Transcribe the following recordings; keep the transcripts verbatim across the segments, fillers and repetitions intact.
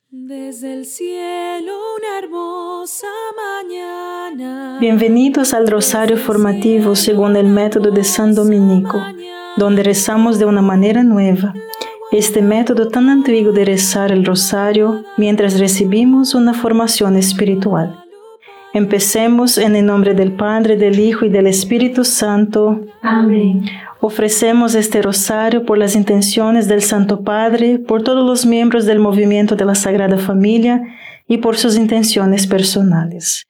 Desde el cielo una hermosa mañana. Bienvenidos al Rosario Formativo según el método de San Dominico, donde rezamos de una manera nueva. Este método tan antiguo de rezar el Rosario mientras recibimos una formación espiritual. Empecemos en el nombre del Padre, del Hijo y del Espíritu Santo. Amén. Ofrecemos este rosario por las intenciones del Santo Padre, por todos los miembros del movimiento de la Sagrada Familia y por sus intenciones personales.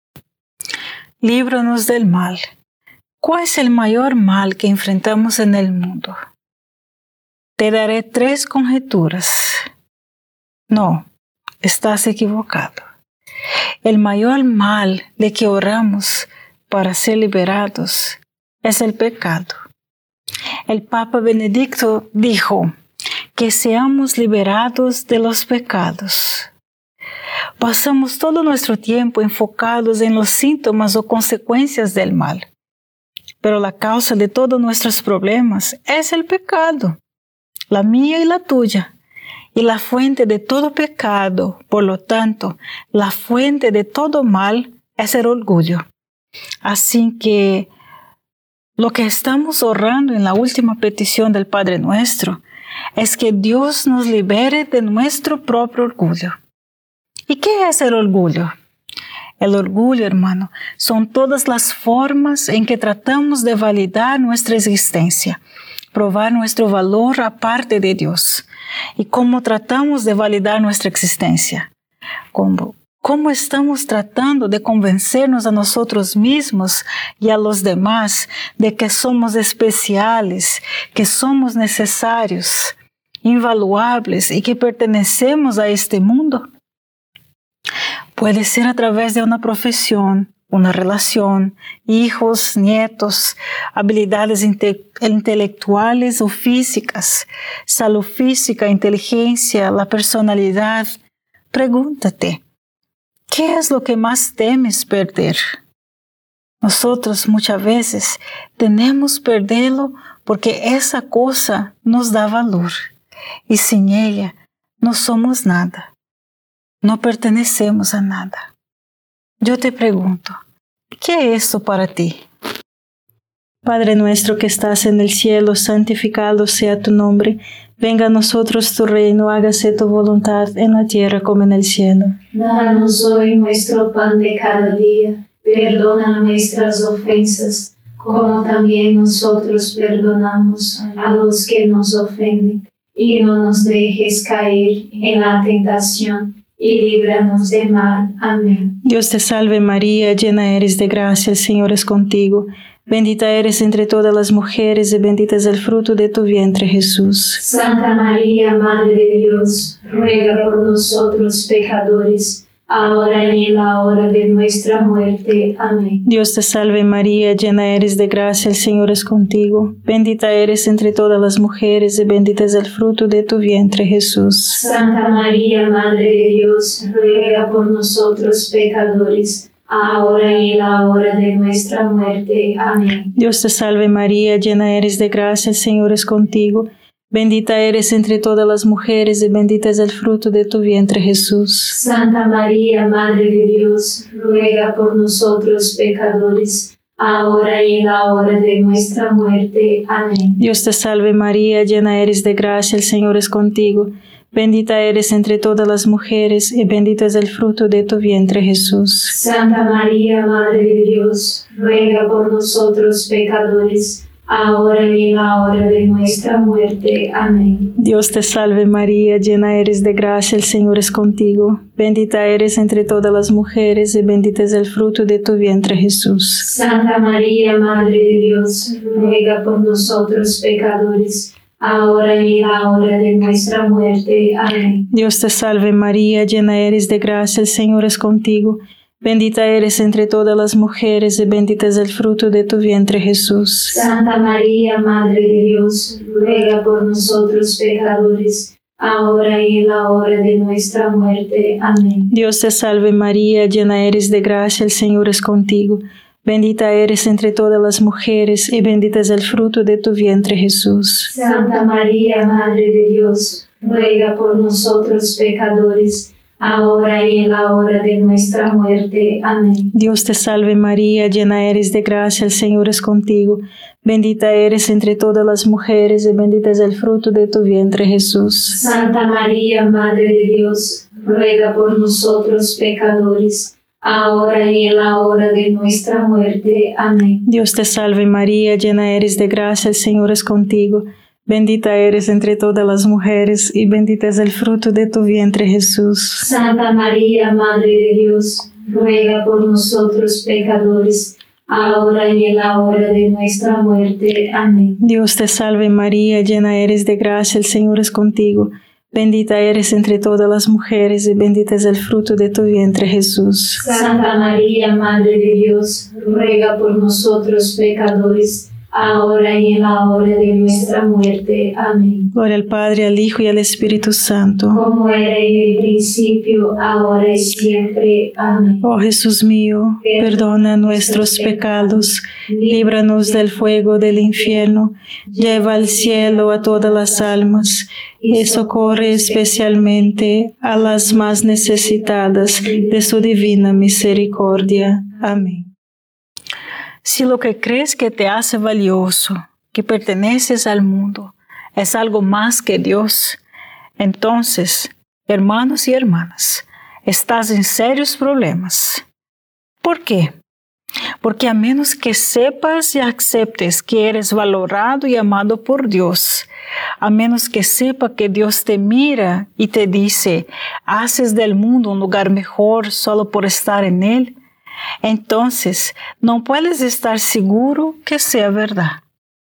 Líbranos del mal. ¿Cuál es el mayor mal que enfrentamos en el mundo? Te daré tres conjeturas. No, estás equivocado. El mayor mal de que oramos para ser liberados es el pecado. El Papa Benedicto dijo que seamos liberados de los pecados. Pasamos todo nuestro tiempo enfocados en los síntomas o consecuencias del mal, pero la causa de todos nuestros problemas es el pecado, la mía y la tuya, y la fuente de todo pecado, por lo tanto, la fuente de todo mal es el orgullo. Así que lo que estamos orando en la última petición del Padre Nuestro es que Dios nos libere de nuestro propio orgullo. ¿Y qué es el orgullo? El orgullo, hermano, son todas las formas en que tratamos de validar nuestra existencia, probar nuestro valor aparte de Dios. ¿Y cómo tratamos de validar nuestra existencia? ¿Cómo? ¿Cómo estamos tratando de convencernos a nosotros mismos y a los demás de que somos especiales, que somos necesarios, invaluables y que pertenecemos a este mundo? Puede ser a través de una profesión, una relación, hijos, nietos, habilidades inte- intelectuales o físicas, salud física, inteligencia, la personalidad. Pregúntate, ¿qué es lo que más temes perder? Nosotros muchas veces tememos perderlo porque esa cosa nos da valor y sin ella no somos nada, no pertenecemos a nada. Yo te pregunto, ¿qué es esto para ti? Padre nuestro que estás en el cielo, santificado sea tu nombre. Venga a nosotros tu reino, hágase tu voluntad en la tierra como en el cielo. Danos hoy nuestro pan de cada día. Perdona nuestras ofensas, como también nosotros perdonamos a los que nos ofenden. Y no nos dejes caer en la tentación, y líbranos del mal. Amén. Dios te salve María, llena eres de gracia, el Señor es contigo. Bendita eres entre todas las mujeres y bendito es el fruto de tu vientre, Jesús. Santa María, Madre de Dios, ruega por nosotros pecadores, ahora y en la hora de nuestra muerte. Amén. Dios te salve María, llena eres de gracia, el Señor es contigo. Bendita eres entre todas las mujeres y bendito es el fruto de tu vientre, Jesús. Santa María, Madre de Dios, ruega por nosotros pecadores, ahora y en la hora de nuestra muerte. Amén. Dios te salve María, llena eres de gracia, el Señor es contigo. Bendita eres entre todas las mujeres y bendito es el fruto de tu vientre, Jesús. Santa María, Madre de Dios, ruega por nosotros pecadores, ahora y en la hora de nuestra muerte. Amén. Dios te salve María, llena eres de gracia, el Señor es contigo. Bendita eres entre todas las mujeres y bendito es el fruto de tu vientre, Jesús. Santa María, Madre de Dios, ruega por nosotros pecadores, ahora y en la hora de nuestra muerte. Amén. Dios te salve María, llena eres de gracia, el Señor es contigo. Bendita eres entre todas las mujeres y bendito es el fruto de tu vientre, Jesús. Santa María, Madre de Dios, ruega por nosotros pecadores, ahora y en la hora de nuestra muerte. Amén. Dios te salve María, llena eres de gracia, el Señor es contigo. Bendita eres entre todas las mujeres y bendito es el fruto de tu vientre, Jesús. Santa María, Madre de Dios, ruega por nosotros pecadores, ahora y en la hora de nuestra muerte. Amén. Dios te salve María, llena eres de gracia, el Señor es contigo. Bendita eres entre todas las mujeres y bendito es el fruto de tu vientre, Jesús. Santa María, Madre de Dios, ruega por nosotros pecadores, ahora y en la hora de nuestra muerte. Amén. Dios te salve María, llena eres de gracia, el Señor es contigo. Bendita eres entre todas las mujeres y bendito es el fruto de tu vientre, Jesús. Santa María, Madre de Dios, ruega por nosotros pecadores, ahora y en la hora de nuestra muerte. Amén. Dios te salve María, llena eres de gracia, el Señor es contigo. Bendita eres entre todas las mujeres y bendito es el fruto de tu vientre, Jesús. Santa María, Madre de Dios, ruega por nosotros pecadores, ahora y en la hora de nuestra muerte. Amén. Dios te salve María, llena eres de gracia, el Señor es contigo. Bendita eres entre todas las mujeres y bendito es el fruto de tu vientre, Jesús. Santa María, Madre de Dios, ruega por nosotros pecadores, ahora y en la hora de nuestra muerte. Amén. Gloria al Padre, al Hijo y al Espíritu Santo. Como era en el principio, ahora y siempre. Amén. Oh Jesús mío, perdona nuestros pecados, líbranos del fuego del infierno, lleva al cielo a todas las almas y socorre especialmente a las más necesitadas de su divina misericordia. Amén. Si lo que crees que te hace valioso, que perteneces al mundo, es algo más que Dios, entonces, hermanos y hermanas, estás en serios problemas. ¿Por qué? Porque a menos que sepas y aceptes que eres valorado y amado por Dios, a menos que sepa que Dios te mira y te dice, haces del mundo un lugar mejor solo por estar en él, entonces no puedes estar seguro que sea verdad.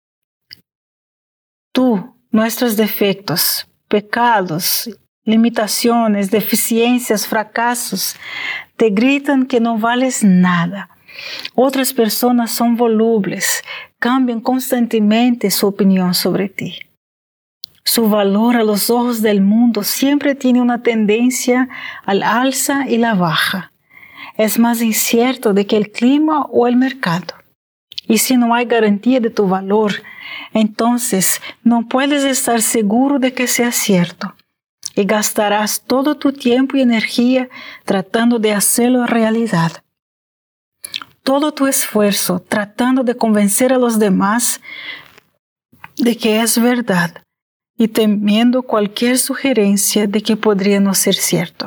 Tú, nuestros defectos, pecados, limitaciones, deficiencias, fracasos, te gritan que no vales nada. Otras personas son volubles, cambian constantemente su opinión sobre ti. Su valor a los ojos del mundo siempre tiene una tendencia al alza y la baja. Es más incierto de que el clima o el mercado. Y si no hay garantía de tu valor, entonces no puedes estar seguro de que sea cierto. Y gastarás todo tu tiempo y energía tratando de hacerlo realidad. Todo tu esfuerzo tratando de convencer a los demás de que es verdad y temiendo cualquier sugerencia de que podría no ser cierto.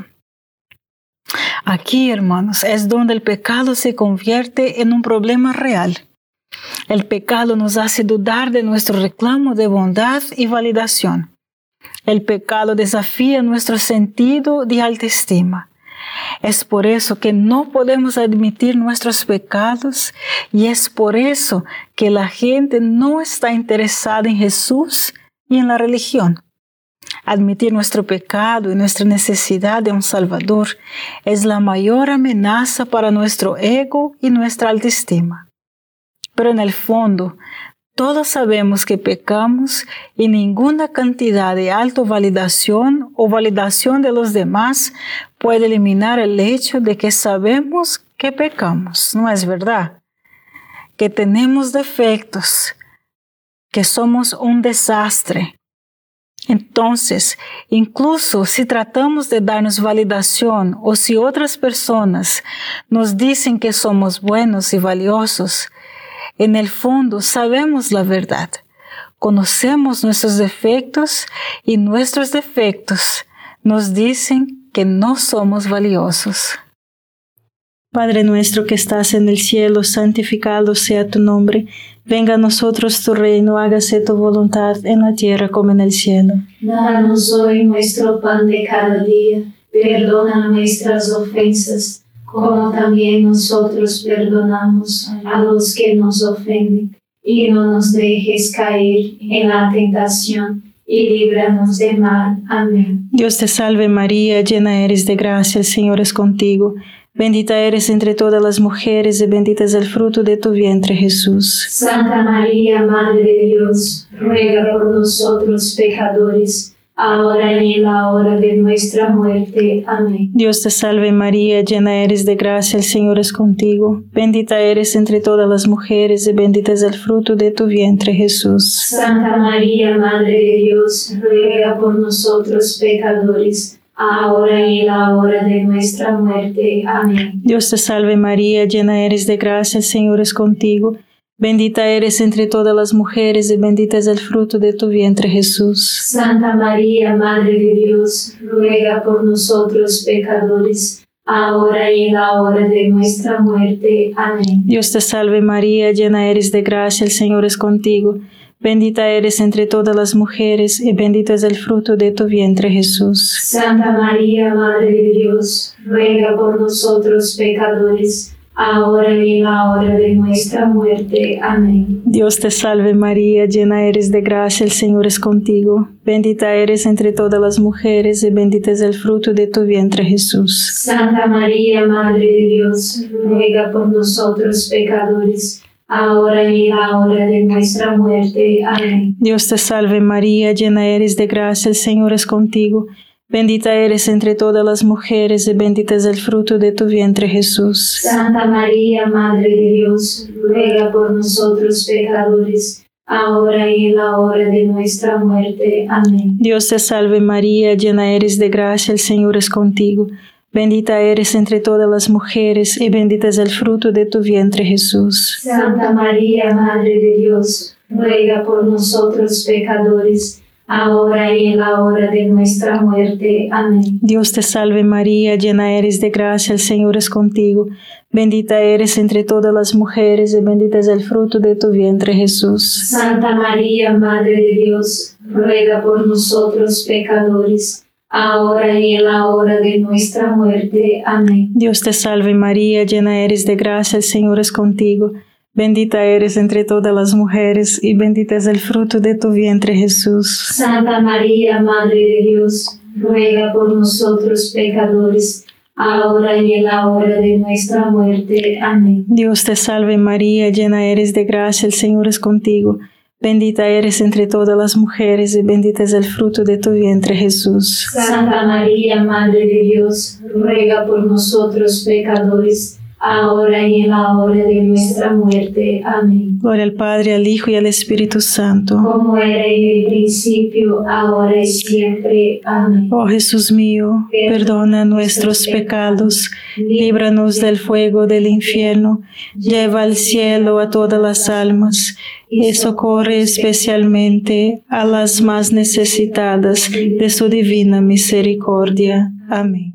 Aquí, hermanos, es donde el pecado se convierte en un problema real. El pecado nos hace dudar de nuestro reclamo de bondad y validación. El pecado desafía nuestro sentido de autoestima. Es por eso que no podemos admitir nuestros pecados y es por eso que la gente no está interesada en Jesús y en la religión. Admitir nuestro pecado y nuestra necesidad de un Salvador es la mayor amenaza para nuestro ego y nuestra autoestima. Pero en el fondo, todos sabemos que pecamos y ninguna cantidad de autovalidación o validación de los demás puede eliminar el hecho de que sabemos que pecamos, ¿no es verdad? Que tenemos defectos, que somos un desastre. Entonces, incluso si tratamos de darnos validación o si otras personas nos dicen que somos buenos y valiosos, en el fondo sabemos la verdad, conocemos nuestros defectos y nuestros defectos nos dicen que no somos valiosos. Padre nuestro que estás en el cielo, santificado sea tu nombre. Venga a nosotros tu reino, hágase tu voluntad en la tierra como en el cielo. Danos hoy nuestro pan de cada día, perdona nuestras ofensas, como también nosotros perdonamos a los que nos ofenden. Y no nos dejes caer en la tentación, y líbranos del mal. Amén. Dios te salve María, llena eres de gracia, el Señor es contigo. Bendita eres entre todas las mujeres y bendito es el fruto de tu vientre, Jesús. Santa María, Madre de Dios, ruega por nosotros pecadores, ahora y en la hora de nuestra muerte. Amén. Dios te salve María, llena eres de gracia, el Señor es contigo. Bendita eres entre todas las mujeres y bendito es el fruto de tu vientre, Jesús. Santa María, Madre de Dios, ruega por nosotros pecadores, ahora y en la hora de nuestra muerte. Amén. Dios te salve María, llena eres de gracia, el Señor es contigo. Bendita eres entre todas las mujeres y bendito es el fruto de tu vientre, Jesús. Santa María, Madre de Dios, ruega por nosotros pecadores, ahora y en la hora de nuestra muerte. Amén. Dios te salve María, llena eres de gracia, el Señor es contigo. Bendita eres entre todas las mujeres y bendito es el fruto de tu vientre, Jesús. Santa María, Madre de Dios, ruega por nosotros pecadores, ahora y en la hora de nuestra muerte. Amén. Dios te salve María, llena eres de gracia, el Señor es contigo. Bendita eres entre todas las mujeres y bendito es el fruto de tu vientre, Jesús. Santa María, Madre de Dios, ruega por nosotros pecadores, ahora y en la hora de nuestra muerte. Amén. Dios te salve María, llena eres de gracia, el Señor es contigo. Bendita eres entre todas las mujeres y bendito es el fruto de tu vientre, Jesús. Santa María, Madre de Dios, ruega por nosotros pecadores, ahora y en la hora de nuestra muerte. Amén. Dios te salve María, llena eres de gracia, el Señor es contigo. Bendita eres entre todas las mujeres y bendito es el fruto de tu vientre, Jesús. Santa María, Madre de Dios, ruega por nosotros pecadores, ahora y en la hora de nuestra muerte. Amén. Dios te salve María, llena eres de gracia, el Señor es contigo. Bendita eres entre todas las mujeres y bendito es el fruto de tu vientre, Jesús. Santa María, Madre de Dios, ruega por nosotros pecadores, ahora y en la hora de nuestra muerte. Amén. Dios te salve María, llena eres de gracia, el Señor es contigo. Bendita eres entre todas las mujeres y bendito es el fruto de tu vientre, Jesús. Santa María, Madre de Dios, ruega por nosotros pecadores, ahora y en la hora de nuestra muerte. Amén. Dios te salve María, llena eres de gracia, el Señor es contigo. Bendita eres entre todas las mujeres y bendito es el fruto de tu vientre, Jesús. Santa María, Madre de Dios, ruega por nosotros pecadores, ahora y en la hora de nuestra muerte. Amén. Gloria al Padre, al Hijo y al Espíritu Santo. Como era en el principio, ahora y siempre. Amén. Oh Jesús mío, perdona nuestros pecados, líbranos del fuego del infierno, lleva al cielo a todas las almas y socorre especialmente a las más necesitadas de su divina misericordia. Amén.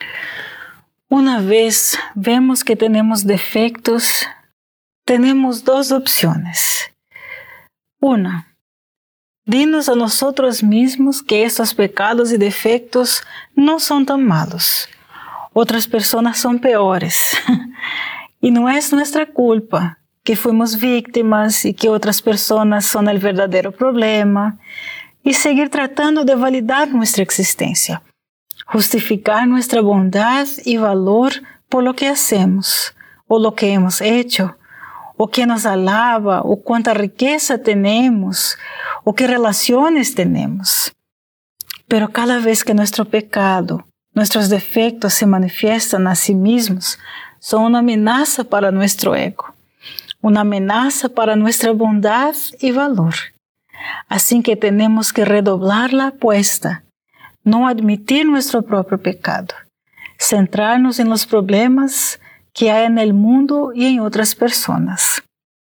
Una vez vemos que tenemos defectos, tenemos dos opciones. Una, dinos a nosotros mismos que estos pecados y defectos no son tan malos. Otras personas son peores. Y no es nuestra culpa que fuimos víctimas y que otras personas son el verdadero problema. Y seguir tratando de validar nuestra existencia. Justificar nuestra bondad y valor por lo que hacemos, o lo que hemos hecho, o que nos alaba, o cuánta riqueza tenemos, o qué relaciones tenemos. Pero cada vez que nuestro pecado, nuestros defectos se manifiestan a sí mismos, son una amenaza para nuestro ego, una amenaza para nuestra bondad y valor. Así que tenemos que redoblar la apuesta, no admitir nuestro propio pecado, centrarnos en los problemas que hay en el mundo y en otras personas.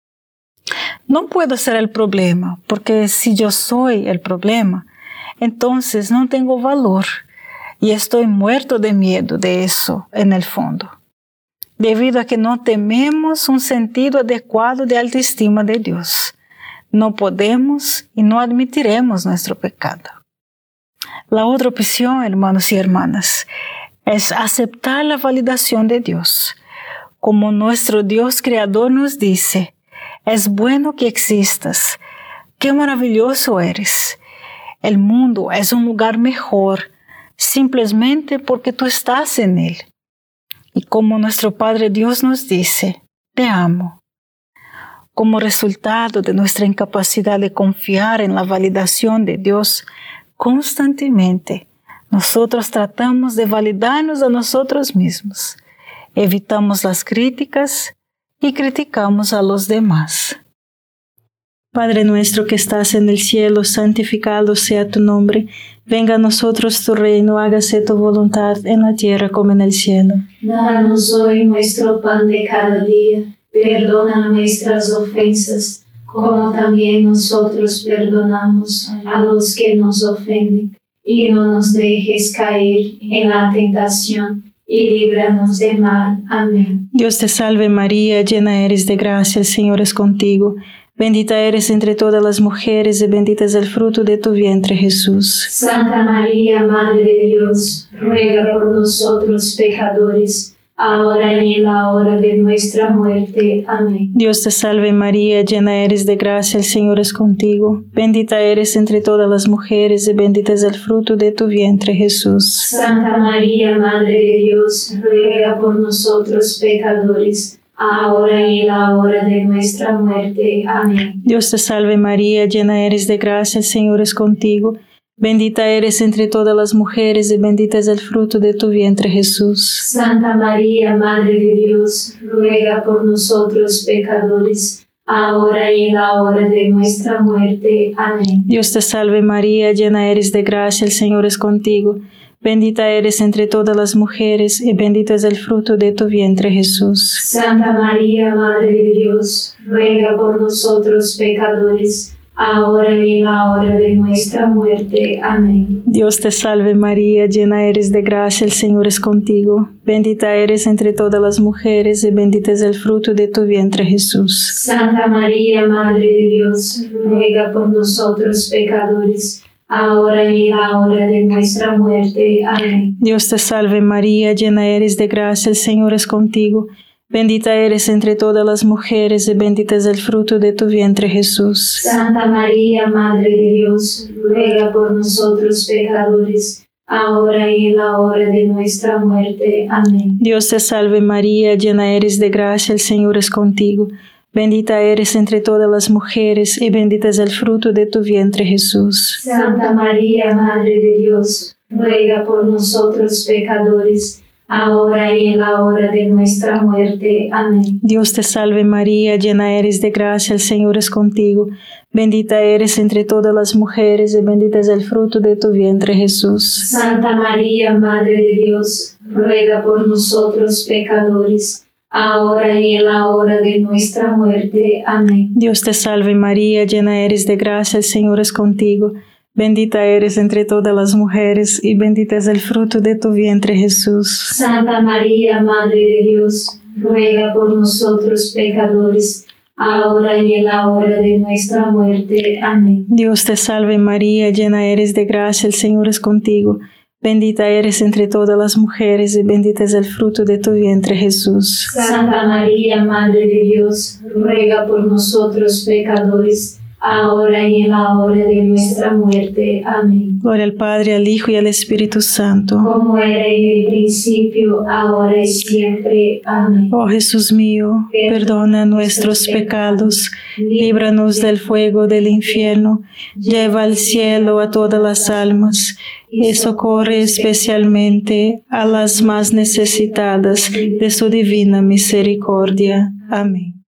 No puedo ser el problema, porque si yo soy el problema, entonces no tengo valor y estoy muerto de miedo de eso en el fondo, debido a que no tenemos un sentido adecuado de autoestima de Dios. No podemos y no admitiremos nuestro pecado. La otra opción, hermanos y hermanas, es aceptar la validación de Dios. Como nuestro Dios creador nos dice, es bueno que existas, qué maravilloso eres. El mundo es un lugar mejor, simplemente porque tú estás en él. Y como nuestro Padre Dios nos dice, te amo. Como resultado de nuestra incapacidad de confiar en la validación de Dios, constantemente nosotros tratamos de validarnos a nosotros mismos, evitamos las críticas y criticamos a los demás. Padre nuestro que estás en el cielo, santificado sea tu nombre. Venga a nosotros tu reino, hágase tu voluntad en la tierra como en el cielo. Danos hoy nuestro pan de cada día. Perdona nuestras ofensas, como también nosotros perdonamos a los que nos ofenden. Y no nos dejes caer en la tentación, y líbranos del mal. Amén. Dios te salve María, llena eres de gracia, el Señor es contigo. Bendita eres entre todas las mujeres y bendito es el fruto de tu vientre, Jesús. Santa María, Madre de Dios, ruega por nosotros pecadores, ahora y en la hora de nuestra muerte. Amén. Dios te salve María, llena eres de gracia, el Señor es contigo. Bendita eres entre todas las mujeres y bendito es el fruto de tu vientre, Jesús. Santa María, Madre de Dios, ruega por nosotros pecadores, ahora y en la hora de nuestra muerte. Amén. Dios te salve María, llena eres de gracia, el Señor es contigo. Bendita eres entre todas las mujeres y bendito es el fruto de tu vientre, Jesús. Santa María, Madre de Dios, ruega por nosotros pecadores, ahora y en la hora de nuestra muerte. Amén. Dios te salve María, llena eres de gracia, el Señor es contigo. Bendita eres entre todas las mujeres y bendito es el fruto de tu vientre, Jesús. Santa María, Madre de Dios, ruega por nosotros pecadores, ahora y en la hora de nuestra muerte. Amén. Dios te salve María, llena eres de gracia, el Señor es contigo. Bendita eres entre todas las mujeres y bendito es el fruto de tu vientre, Jesús. Santa María, Madre de Dios, ruega por nosotros pecadores, ahora y en la hora de nuestra muerte. Amén. Dios te salve María, llena eres de gracia, el Señor es contigo. Bendita eres entre todas las mujeres y bendito es el fruto de tu vientre, Jesús. Santa María, Madre de Dios, ruega por nosotros pecadores, ahora y en la hora de nuestra muerte. Amén. Dios te salve María, llena eres de gracia, el Señor es contigo. Bendita eres entre todas las mujeres y bendito es el fruto de tu vientre, Jesús. Santa María, Madre de Dios, ruega por nosotros pecadores, ahora y en la hora de nuestra muerte. Amén. Dios te salve María, llena eres de gracia, el Señor es contigo. Bendita eres entre todas las mujeres y bendito es el fruto de tu vientre, Jesús. Santa María, Madre de Dios, ruega por nosotros pecadores, ahora y en la hora de nuestra muerte. Amén. Dios te salve María, llena eres de gracia, el Señor es contigo. Bendita eres entre todas las mujeres y bendito es el fruto de tu vientre, Jesús. Santa María, Madre de Dios, ruega por nosotros pecadores, ahora y en la hora de nuestra muerte. Amén. Dios te salve María, llena eres de gracia, el Señor es contigo. Bendita eres entre todas las mujeres y bendito es el fruto de tu vientre, Jesús. Santa María, Madre de Dios, ruega por nosotros pecadores, ahora y en la hora de nuestra muerte. Amén. Gloria al Padre, al Hijo y al Espíritu Santo. Como era en el principio, ahora y siempre. Amén. Oh Jesús mío, perdona nuestros pecados, líbranos del fuego del infierno, lleva al cielo a todas las almas, y socorre especialmente a las más necesitadas de su divina misericordia. Amén.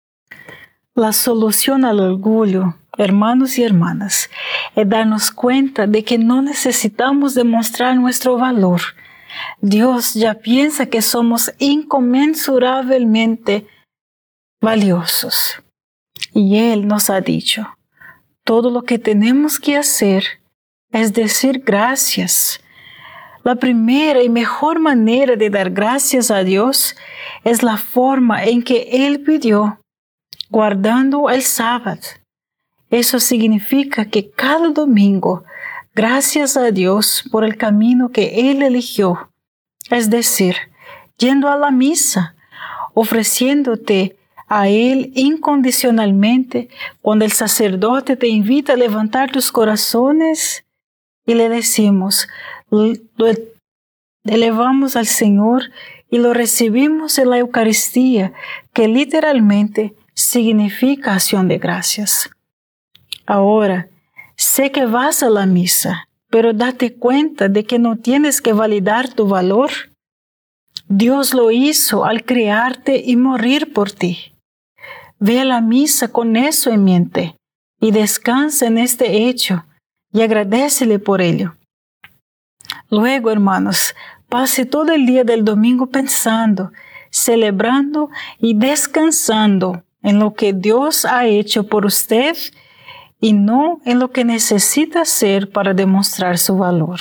La solución al orgullo, hermanos y hermanas, es darnos cuenta de que no necesitamos demostrar nuestro valor. Dios ya piensa que somos inconmensurablemente valiosos. Y Él nos ha dicho, todo lo que tenemos que hacer es decir gracias. La primera y mejor manera de dar gracias a Dios es la forma en que Él pidió, guardando el sábado. Eso significa que cada domingo, gracias a Dios por el camino que Él eligió, es decir, yendo a la misa, ofreciéndote a Él incondicionalmente cuando el sacerdote te invita a levantar tus corazones y le decimos, lo elevamos al Señor y lo recibimos en la Eucaristía, que literalmente significa acción de gracias. Ahora, sé que vas a la misa, pero date cuenta de que no tienes que validar tu valor. Dios lo hizo al crearte y morir por ti. Ve a la misa con eso en mente y descansa en este hecho y agradécele por ello. Luego, hermanos, pase todo el día del domingo pensando, celebrando y descansando en lo que Dios ha hecho por usted y no en lo que necesita hacer para demostrar su valor.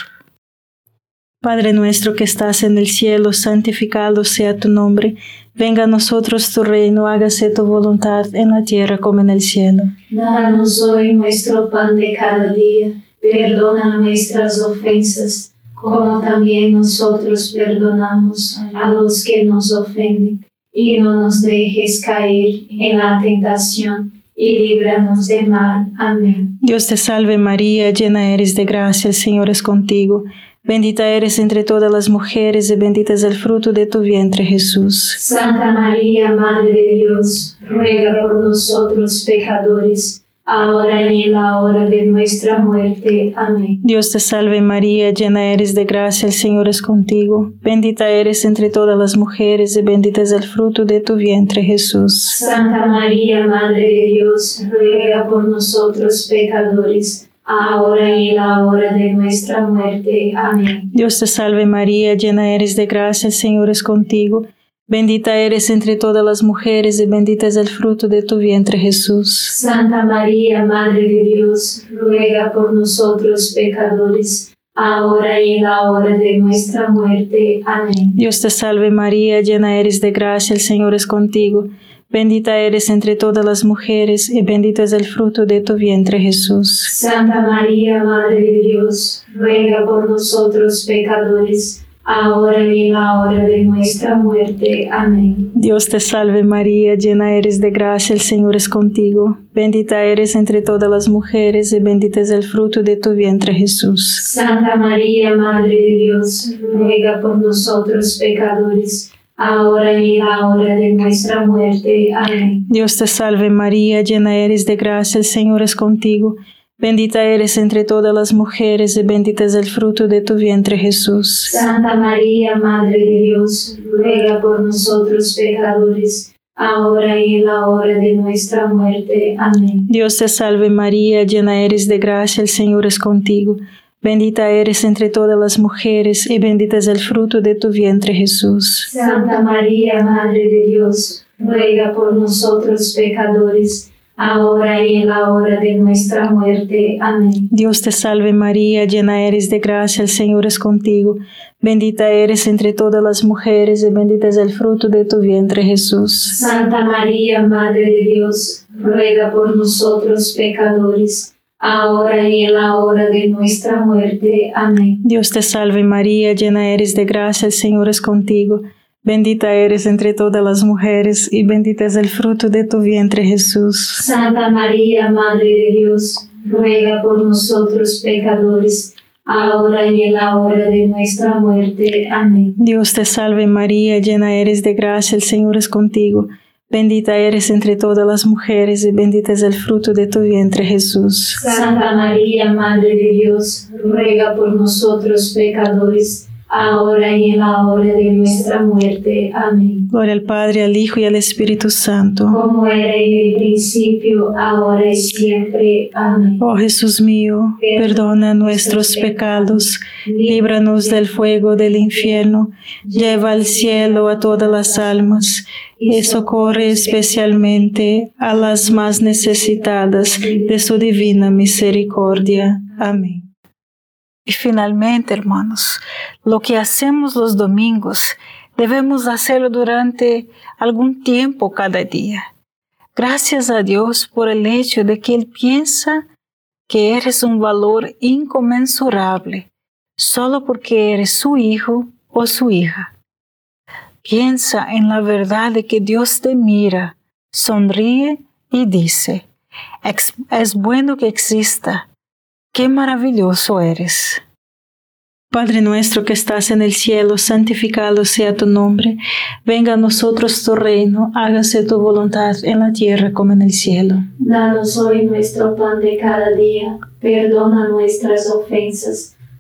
Padre nuestro que estás en el cielo, santificado sea tu nombre. Venga a nosotros tu reino, hágase tu voluntad en la tierra como en el cielo. Danos hoy nuestro pan de cada día. Perdona nuestras ofensas, como también nosotros perdonamos a los que nos ofenden. Y no nos dejes caer en la tentación, y líbranos del mal. Amén. Dios te salve María, llena eres de gracia, el Señor es contigo. Bendita eres entre todas las mujeres y bendito es el fruto de tu vientre, Jesús. Santa María, Madre de Dios, ruega por nosotros pecadores, ahora y en la hora de nuestra muerte. Amén. Dios te salve María, llena eres de gracia, el Señor es contigo. Bendita eres entre todas las mujeres y bendito es el fruto de tu vientre, Jesús. Santa María, Madre de Dios, ruega por nosotros pecadores, ahora y en la hora de nuestra muerte. Amén. Dios te salve María, llena eres de gracia, el Señor es contigo. Bendita eres entre todas las mujeres y bendito es el fruto de tu vientre, Jesús. Santa María, Madre de Dios, ruega por nosotros pecadores, ahora y en la hora de nuestra muerte. Amén. Dios te salve María, llena eres de gracia, el Señor es contigo. Bendita eres entre todas las mujeres y bendito es el fruto de tu vientre, Jesús. Santa María, Madre de Dios, ruega por nosotros pecadores, ahora y en la hora de nuestra muerte. Amén. Dios te salve María, llena eres de gracia, el Señor es contigo. Bendita eres entre todas las mujeres y bendito es el fruto de tu vientre, Jesús. Santa María, Madre de Dios, ruega por nosotros pecadores, ahora y en la hora de nuestra muerte. Amén. Dios te salve María, llena eres de gracia, el Señor es contigo. Bendita eres entre todas las mujeres y bendito es el fruto de tu vientre, Jesús. Santa María, Madre de Dios, ruega por nosotros pecadores, ahora y en la hora de nuestra muerte. Amén. Dios te salve María, llena eres de gracia, el Señor es contigo. Bendita eres entre todas las mujeres y bendito es el fruto de tu vientre, Jesús. Santa María, Madre de Dios, ruega por nosotros pecadores, ahora y en la hora de nuestra muerte. Amén. Dios te salve María, llena eres de gracia, el Señor es contigo. Bendita eres entre todas las mujeres y bendito es el fruto de tu vientre, Jesús. Santa María, Madre de Dios, ruega por nosotros pecadores, ahora y en la hora de nuestra muerte. Amén. Dios te salve María, llena eres de gracia, el Señor es contigo. Bendita eres entre todas las mujeres y bendito es el fruto de tu vientre, Jesús. Santa María, Madre de Dios, ruega por nosotros pecadores, ahora y en la hora de nuestra muerte. Amén. Dios te salve María, llena eres de gracia, el Señor es contigo. Bendita eres entre todas las mujeres y bendito es el fruto de tu vientre, Jesús. Santa María, Madre de Dios, ruega por nosotros pecadores, ahora y en la hora de nuestra muerte. Amén. Gloria al Padre, al Hijo y al Espíritu Santo. Como era en el principio, ahora y siempre. Amén. Oh Jesús mío, perdona nuestros pecados, líbranos del fuego del infierno, lleva al cielo a todas las almas y socorre especialmente a las más necesitadas de su divina misericordia. Amén. Y finalmente, hermanos, lo que hacemos los domingos debemos hacerlo durante algún tiempo cada día. Gracias a Dios por el hecho de que Él piensa que eres un valor inconmensurable solo porque eres su hijo o su hija. Piensa en la verdad de que Dios te mira, sonríe y dice, es bueno que exista. ¡Qué maravilloso eres! Padre nuestro que estás en el cielo, santificado sea tu nombre. Venga a nosotros tu reino, hágase tu voluntad en la tierra como en el cielo. Danos hoy nuestro pan de cada día, perdona nuestras ofensas,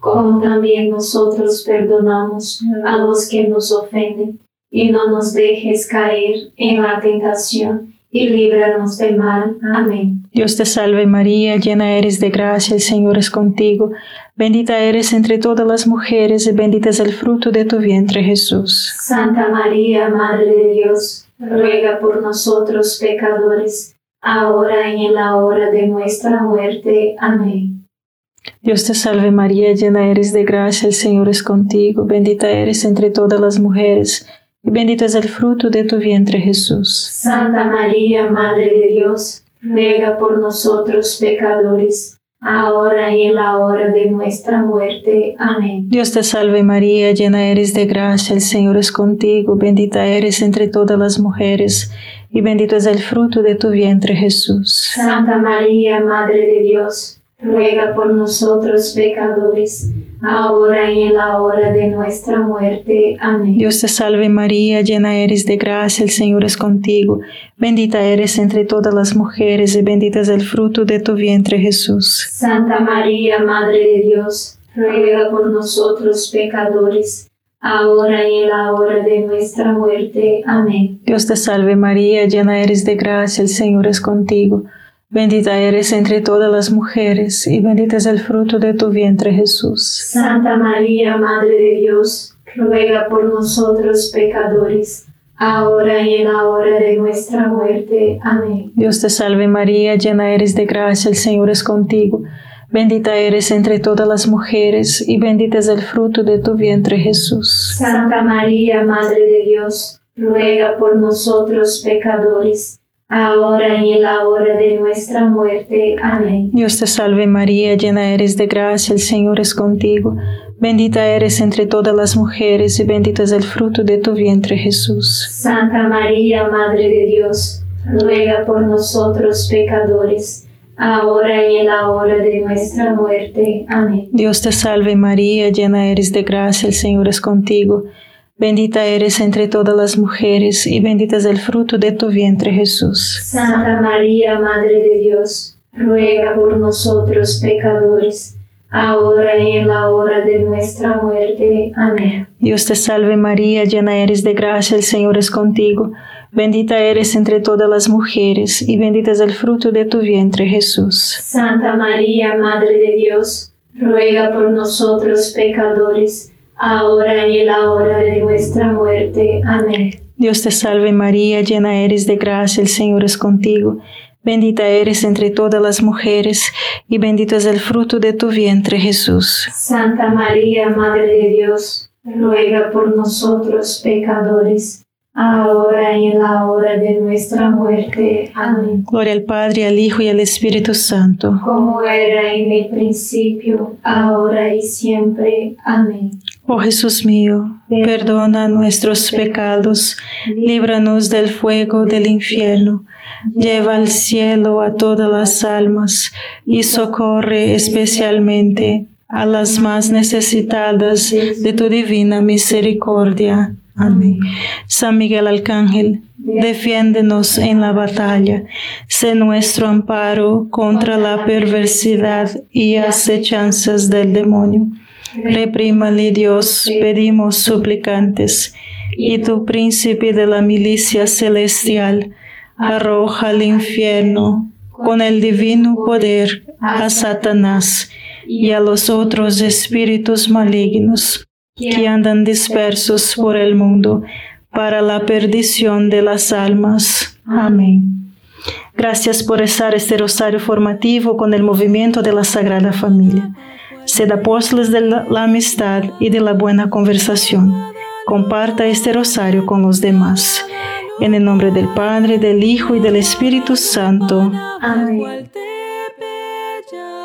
como también nosotros perdonamos a los que nos ofenden. Y no nos dejes caer en la tentación, y líbranos del mal. Amén. Dios te salve María, llena eres de gracia, el Señor es contigo. Bendita eres entre todas las mujeres, y bendito es el fruto de tu vientre, Jesús. Santa María, Madre de Dios, ruega por nosotros pecadores, ahora y en la hora de nuestra muerte. Amén. Dios te salve María, llena eres de gracia, el Señor es contigo. Bendita eres entre todas las mujeres, y bendito es el fruto de tu vientre, Jesús. Santa María, Madre de Dios, ruega por nosotros pecadores, ahora y en la hora de nuestra muerte. Amén. Dios te salve María, llena eres de gracia, el Señor es contigo. Bendita eres entre todas las mujeres, y bendito es el fruto de tu vientre, Jesús. Santa María, Madre de Dios, ruega por nosotros pecadores, ahora y en la hora de nuestra muerte. Amén. Dios te salve María, llena eres de gracia, el Señor es contigo. Bendita eres entre todas las mujeres, y bendito es el fruto de tu vientre, Jesús. Santa María, Madre de Dios, ruega por nosotros pecadores, ahora y en la hora de nuestra muerte. Amén. Dios te salve María, llena eres de gracia, el Señor es contigo. Bendita eres entre todas las mujeres, y bendito es el fruto de tu vientre, Jesús. Santa María, Madre de Dios, ruega por nosotros pecadores, ahora y en la hora de nuestra muerte. Amén. Dios te salve María, llena eres de gracia, el Señor es contigo. Bendita eres entre todas las mujeres, y bendito es el fruto de tu vientre, Jesús. Santa María, Madre de Dios, ruega por nosotros pecadores, ahora y en la hora de nuestra muerte. Amén. Dios te salve María, llena eres de gracia, el Señor es contigo. Bendita eres entre todas las mujeres, y bendito es el fruto de tu vientre, Jesús. Santa María, Madre de Dios, ruega por nosotros pecadores, ahora y en la hora de nuestra muerte. Amén. Dios te salve María, llena eres de gracia, el Señor es contigo. Bendita eres entre todas las mujeres, y bendito es el fruto de tu vientre, Jesús. Santa María, Madre de Dios, ruega por nosotros pecadores, ahora y en la hora de nuestra muerte. Amén. Dios te salve María, llena eres de gracia, el Señor es contigo. Bendita eres entre todas las mujeres, y bendito es el fruto de tu vientre, Jesús. Santa María, Madre de Dios, ruega por nosotros pecadores, ahora y en la hora de nuestra muerte. Amén. Dios te salve María, llena eres de gracia, el Señor es contigo. Bendita eres entre todas las mujeres, y bendito es el fruto de tu vientre, Jesús. Santa María, Madre de Dios, ruega por nosotros pecadores, ahora y en la hora de nuestra muerte. Amén. Gloria al Padre, al Hijo y al Espíritu Santo. Como era en el principio, ahora y siempre. Amén. Oh Jesús mío, perdona nuestros pecados, líbranos del fuego del infierno, lleva al cielo a todas las almas y socorre especialmente a las más necesitadas de tu divina misericordia. Amén. San Miguel Arcángel, defiéndenos en la batalla, sé nuestro amparo contra la perversidad y acechanzas del demonio. Reprímale Dios, pedimos suplicantes, y tu príncipe de la milicia celestial, arroja al infierno con el divino poder a Satanás y a los otros espíritus malignos que andan dispersos por el mundo para la perdición de las almas. Amén. Gracias por rezar este rosario formativo con el movimiento de la Sagrada Familia. Sed apóstoles de la, la amistad y de la buena conversación. Comparta este rosario con los demás. En el nombre del Padre, del Hijo y del Espíritu Santo. Amén.